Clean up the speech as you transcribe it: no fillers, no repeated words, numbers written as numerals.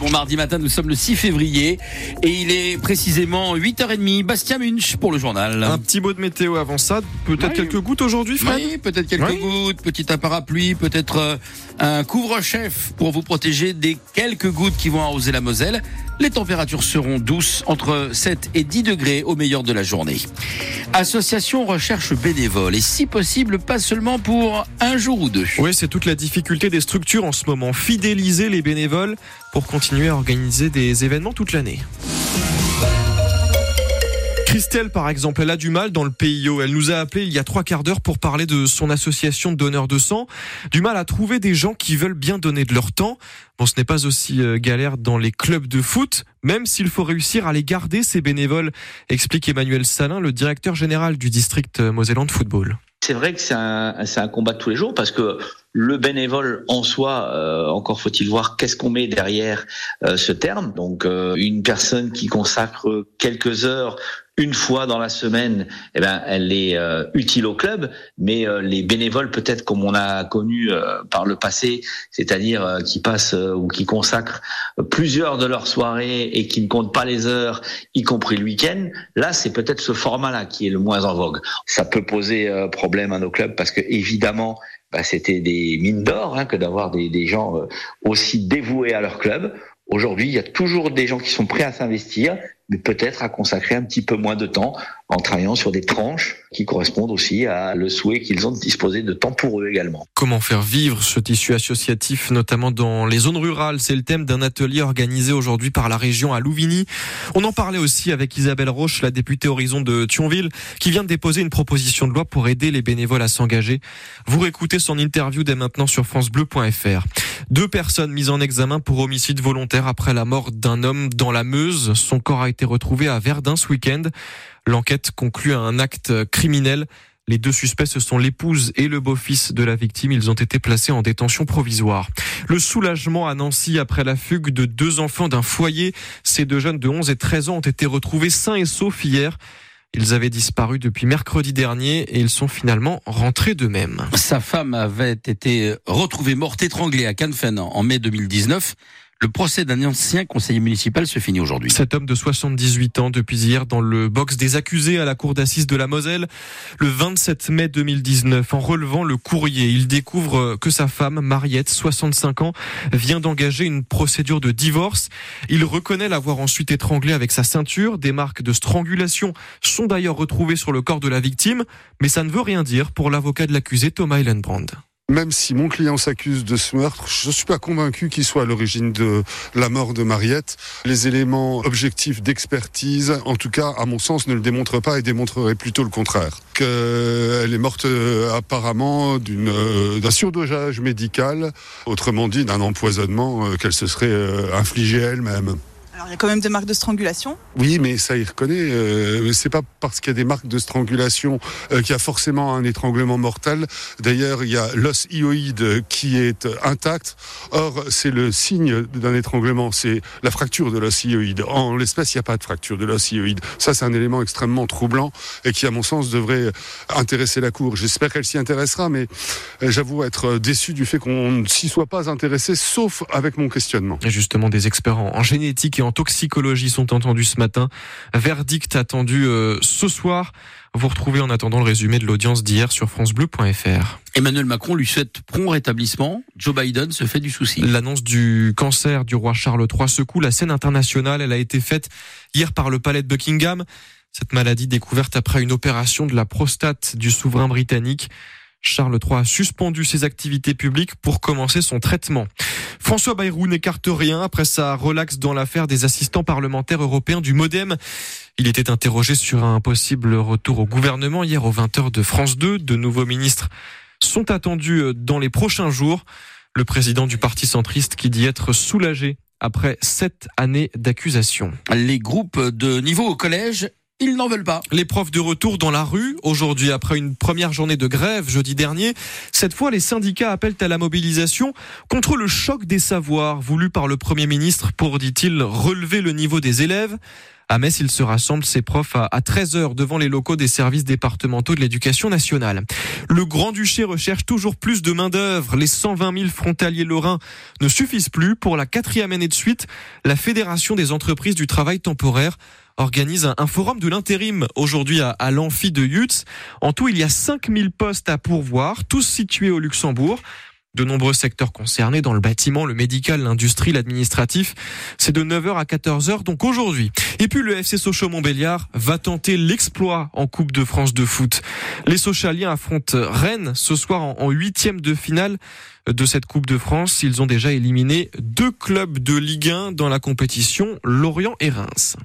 bon mardi matin, nous sommes le 6 février et il est précisément 8h30. Bastien Munch pour le journal. Un petit mot de météo avant ça, peut-être quelques gouttes aujourd'hui, Fred ? Oui, peut-être quelques gouttes, petit parapluie, peut-être un couvre-chef pour vous protéger des quelques gouttes qui vont arroser la Moselle. Les températures seront douces, entre 7 et 10 degrés au meilleur de la journée. Association recherche bénévole et si possible, pas seulement pour un jour ou deux. Oui, c'est toute la difficulté des structures en ce moment. Fidéliser les bénévoles pour continuer à organiser des événements toute l'année. Christelle, par exemple, elle a du mal dans le PIO. Elle nous a appelé il y a 3 quarts d'heure pour parler de son association de donneurs de sang. Du mal à trouver des gens qui veulent bien donner de leur temps. Bon, ce n'est pas aussi galère dans les clubs de foot, même s'il faut réussir à les garder, ces bénévoles, explique Emmanuel Salin, le directeur général du district Mosellan Football. C'est vrai que c'est un combat de tous les jours parce que le bénévole en soi, encore faut-il voir qu'est-ce qu'on met derrière ce terme. Donc une personne qui consacre quelques heures une fois dans la semaine, elle est utile au club, mais les bénévoles peut-être comme on a connu par le passé, c'est-à-dire qui passent ou qui consacrent plusieurs de leurs soirées et qui ne comptent pas les heures, y compris le week-end, là c'est peut-être ce format-là qui est le moins en vogue. Ça peut poser problème à nos clubs parce que évidemment, c'était des mines d'or que d'avoir des gens aussi dévoués à leur club. Aujourd'hui, il y a toujours des gens qui sont prêts à s'investir, mais peut-être à consacrer un petit peu moins de temps en travaillant sur des tranches qui correspondent aussi à le souhait qu'ils ont de disposer de temps pour eux également. Comment faire vivre ce tissu associatif, notamment dans les zones rurales ? C'est le thème d'un atelier organisé aujourd'hui par la région à Louvigny. On en parlait aussi avec Isabelle Roche, la députée Horizon de Thionville, qui vient de déposer une proposition de loi pour aider les bénévoles à s'engager. Vous réécoutez son interview dès maintenant sur francebleu.fr. 2 personnes mises en examen pour homicide volontaire après la mort d'un homme dans la Meuse. Son corps a été retrouvé à Verdun ce week-end. L'enquête conclut à un acte criminel. Les 2 suspects, ce sont l'épouse et le beau-fils de la victime. Ils ont été placés en détention provisoire. Le soulagement à Nancy après la fugue de 2 enfants d'un foyer. Ces 2 jeunes de 11 et 13 ans ont été retrouvés sains et saufs hier. Ils avaient disparu depuis mercredi dernier et ils sont finalement rentrés d'eux-mêmes. Sa femme avait été retrouvée morte étranglée à Cannes en mai 2019. Le procès d'un ancien conseiller municipal se finit aujourd'hui. Cet homme de 78 ans, depuis hier, dans le box des accusés à la cour d'assises de la Moselle, le 27 mai 2019, en relevant le courrier, il découvre que sa femme, Mariette, 65 ans, vient d'engager une procédure de divorce. Il reconnaît l'avoir ensuite étranglée avec sa ceinture. Des marques de strangulation sont d'ailleurs retrouvées sur le corps de la victime, mais ça ne veut rien dire pour l'avocat de l'accusé, Thomas Hillenbrand. Même si mon client s'accuse de ce meurtre, je ne suis pas convaincu qu'il soit à l'origine de la mort de Mariette. Les éléments objectifs d'expertise, en tout cas, à mon sens, ne le démontrent pas et démontreraient plutôt le contraire. Qu'elle est morte apparemment d'un surdosage médical, autrement dit d'un empoisonnement qu'elle se serait infligé elle-même. Alors, il y a quand même des marques de strangulation. Oui, mais ça, il reconnaît. C'est pas parce qu'il y a des marques de strangulation qu'il y a forcément un étranglement mortel. D'ailleurs, il y a l'os hyoïde qui est intact. Or, c'est le signe d'un étranglement. C'est la fracture de l'os hyoïde. En l'espèce, il n'y a pas de fracture de l'os hyoïde. Ça, c'est un élément extrêmement troublant et qui, à mon sens, devrait intéresser la Cour. J'espère qu'elle s'y intéressera, mais j'avoue être déçu du fait qu'on ne s'y soit pas intéressé, sauf avec mon questionnement. Et justement, des experts en génétique et en toxicologie sont entendus ce matin. Verdict attendu ce soir. Vous retrouvez en attendant le résumé de l'audience d'hier sur francebleu.fr. Emmanuel Macron lui souhaite prompt rétablissement. Joe Biden se fait du souci. L'annonce du cancer du roi Charles III secoue la scène internationale. Elle a été faite hier par le palais de Buckingham. Cette maladie découverte après une opération de la prostate du souverain britannique. Charles III a suspendu ses activités publiques pour commencer son traitement. François Bayrou n'écarte rien après sa relaxe dans l'affaire des assistants parlementaires européens du MoDem. Il était interrogé sur un possible retour au gouvernement hier aux 20h de France 2. De nouveaux ministres sont attendus dans les prochains jours. Le président du parti centriste qui dit être soulagé après 7 années d'accusations. Les groupes de niveau au collège, ils n'en veulent pas. Les profs de retour dans la rue, aujourd'hui après une première journée de grève jeudi dernier. Cette fois, les syndicats appellent à la mobilisation contre le choc des savoirs voulu par le Premier ministre pour, dit-il, relever le niveau des élèves. À Metz, ils se rassemblent, ces profs, à 13h devant les locaux des services départementaux de l'éducation nationale. Le Grand-Duché recherche toujours plus de main-d'œuvre. Les 120 000 frontaliers lorrains ne suffisent plus. Pour la 4e année de suite, la Fédération des entreprises du travail temporaire organise un forum de l'intérim aujourd'hui à l'amphi de Yutz. En tout, il y a 5 000 postes à pourvoir, tous situés au Luxembourg. De nombreux secteurs concernés dans le bâtiment, le médical, l'industrie, l'administratif. C'est de 9h à 14h, donc aujourd'hui. Et puis le FC Sochaux-Montbéliard va tenter l'exploit en Coupe de France de foot. Les Sochaliens affrontent Rennes ce soir en 8e de finale de cette Coupe de France. Ils ont déjà éliminé 2 clubs de Ligue 1 dans la compétition, Lorient et Reims.